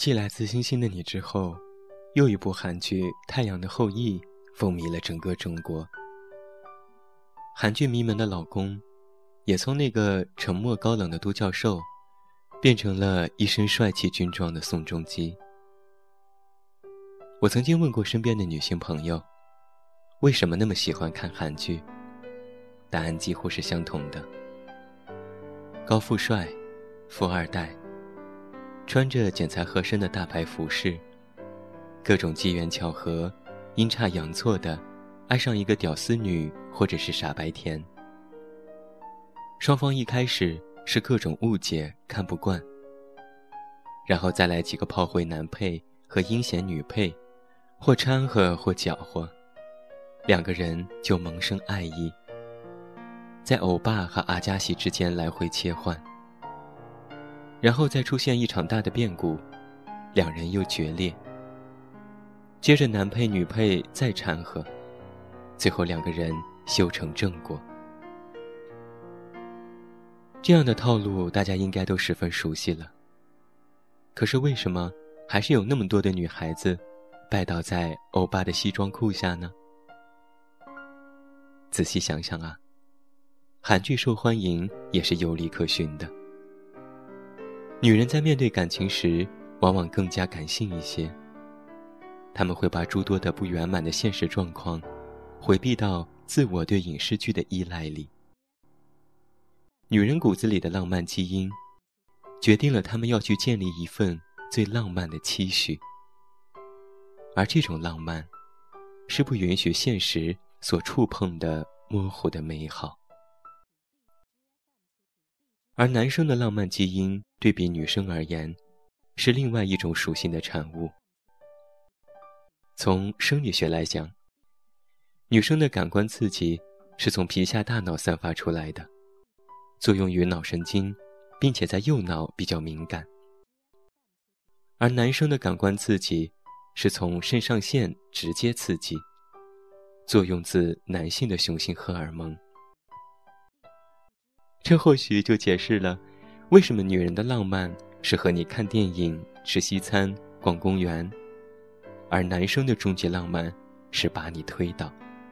继来自星星的你之后，又一部韩剧《太阳的后裔》风靡了整个中国。韩剧迷们的老公，也从那个沉默高冷的都教授，变成了一身帅气军装的宋仲基。我曾经问过身边的女性朋友，为什么那么喜欢看韩剧？答案几乎是相同的。高富帅，富二代，穿着剪裁合身的大牌服饰，各种机缘巧合，阴差阳错的爱上一个屌丝女或者是傻白甜。双方一开始是各种误解，看不惯，然后再来几个炮灰男配和阴险女配，或掺和或搅和，两个人就萌生爱意，在欧巴和阿加西之间来回切换，然后再出现一场大的变故，两人又决裂，接着男配女配再掺和，最后两个人修成正果。这样的套路大家应该都十分熟悉了，可是为什么还是有那么多的女孩子拜倒在欧巴的西装裤下呢？仔细想想啊，韩剧受欢迎也是有理可循的。女人在面对感情时往往更加感性一些，她们会把诸多的不圆满的现实状况回避到自我对影视剧的依赖里。女人骨子里的浪漫基因决定了她们要去建立一份最浪漫的期许，而这种浪漫是不允许现实所触碰的模糊的美好。而男生的浪漫基因对比女生而言是另外一种属性的产物。从生理学来讲，女生的感官刺激是从皮下大脑散发出来的，作用于脑神经，并且在右脑比较敏感。而男生的感官刺激是从肾上腺直接刺激，作用自男性的雄性荷尔蒙。这或许就解释了为什么女人的浪漫是和你看电影、吃西餐、逛公园，而男生的终极浪漫是把你推倒。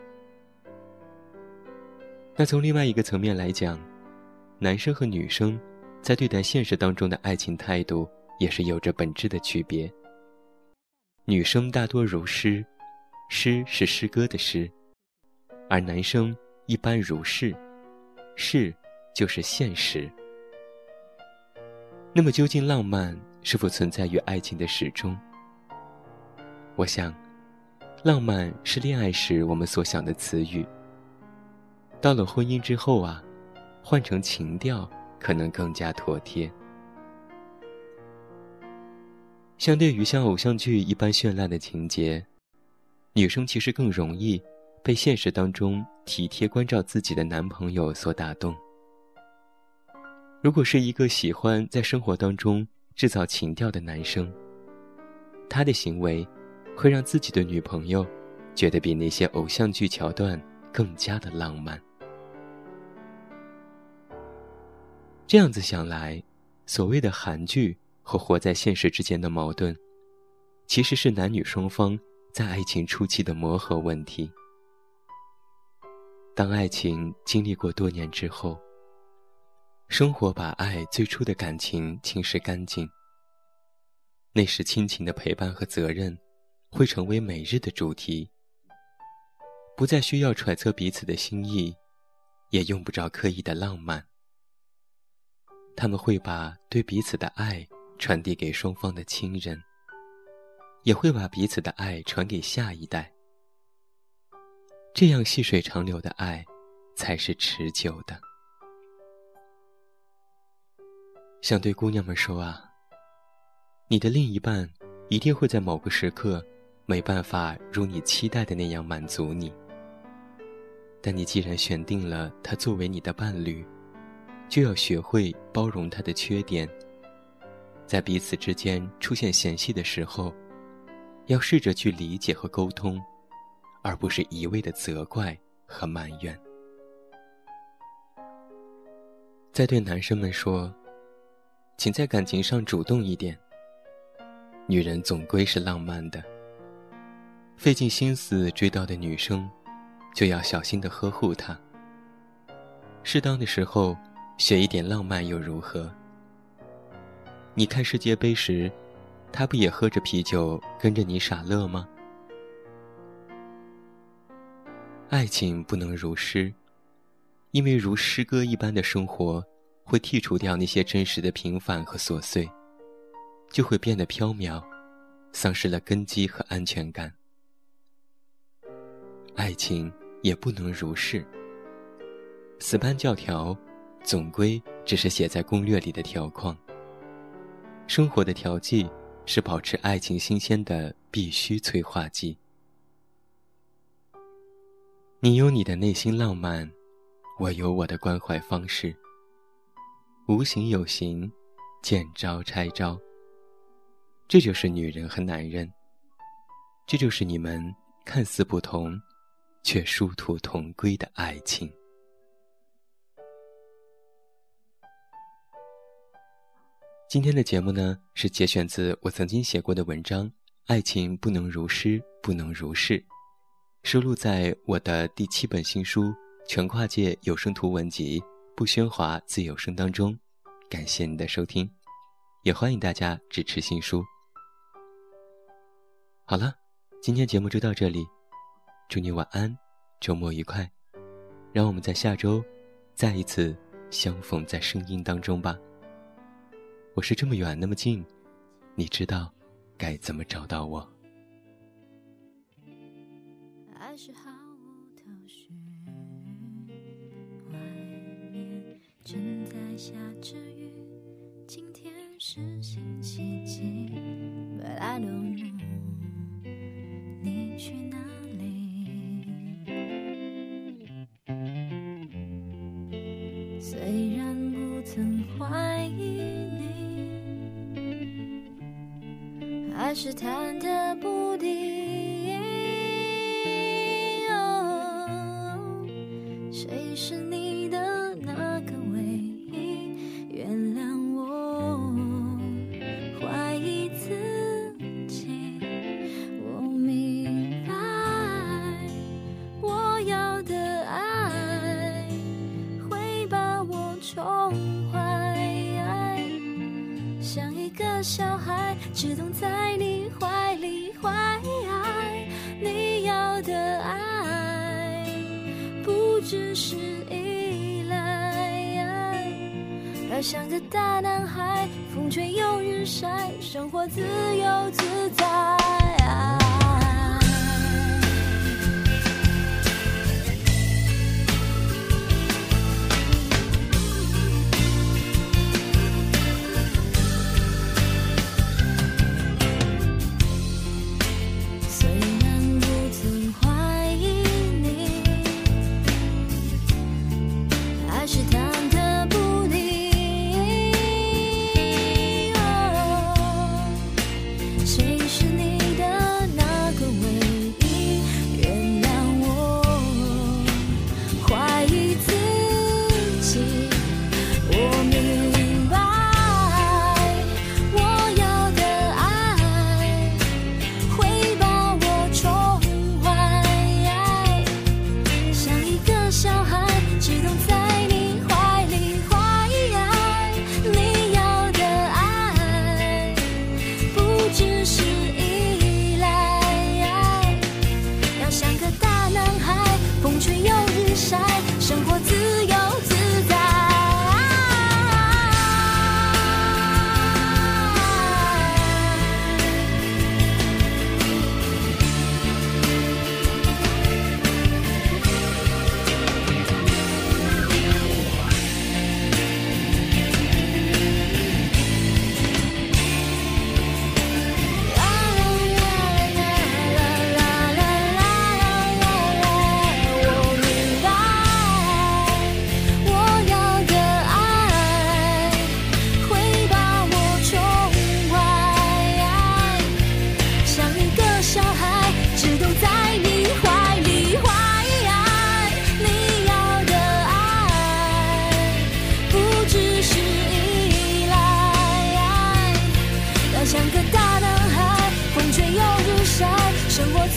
那从另外一个层面来讲，男生和女生在对待现实当中的爱情态度也是有着本质的区别。女生大多如诗，诗是诗歌的诗，而男生一般如是，是就是现实。那么究竟浪漫是否存在于爱情的始终？我想，浪漫是恋爱时我们所想的词语，到了婚姻之后啊，换成情调可能更加妥帖。相对于像偶像剧一般绚烂的情节，女生其实更容易被现实当中体贴关照自己的男朋友所打动。如果是一个喜欢在生活当中制造情调的男生，他的行为会让自己的女朋友觉得比那些偶像剧桥段更加的浪漫。这样子想来，所谓的韩剧和活在现实之间的矛盾，其实是男女双方在爱情初期的磨合问题。当爱情经历过多年之后，生活把爱最初的感情侵蚀干净，那时亲情的陪伴和责任会成为每日的主题，不再需要揣测彼此的心意，也用不着刻意的浪漫。他们会把对彼此的爱传递给双方的亲人，也会把彼此的爱传给下一代。这样细水长流的爱才是持久的。想对姑娘们说啊，你的另一半一定会在某个时刻没办法如你期待的那样满足你，但你既然选定了他作为你的伴侣，就要学会包容他的缺点，在彼此之间出现嫌隙的时候，要试着去理解和沟通，而不是一味的责怪和埋怨。再对男生们说，请在感情上主动一点。 女人总归是浪漫的。费尽心思追到的女生，就要小心地呵护她。适当的时候，学一点浪漫又如何？你看世界杯时，她不也喝着啤酒跟着你傻乐吗？爱情不能如诗，因为如诗歌一般的生活会剔除掉那些真实的平凡和琐碎，就会变得缥缈，丧失了根基和安全感。爱情也不能如是，死搬教条总归只是写在攻略里的条框。生活的调剂是保持爱情新鲜的必须催化剂。你有你的内心浪漫，我有我的关怀方式，无形有形，见招拆招。这就是女人和男人，这就是你们看似不同却殊途同归的爱情。今天的节目呢，是节选自我曾经写过的文章《爱情不能如诗，不能如是》，收录在我的第7本新书《全跨界有声图文集：不喧哗自有声》当中。感谢你的收听，也欢迎大家支持新书。好了，今天节目就到这里，祝你晚安，周末愉快。让我们在下周再一次相逢在声音当中吧。我是这么远那么近，你知道该怎么找到我。 爱是毫无头绪，外面正在下着雨，今天是星期几 But I don't know 你去哪里。虽然不曾怀疑你，还是忐忑不定，谁是你的那个唯一？原谅我怀疑自己，我明白我要的爱会把我宠坏，像一个小孩只懂在你怀里怀爱，你要的爱不只是依赖，而像个大男孩，风吹又日晒，生活自由自在。虽然不曾怀疑你，还是忐忑不定，谁是你的那生活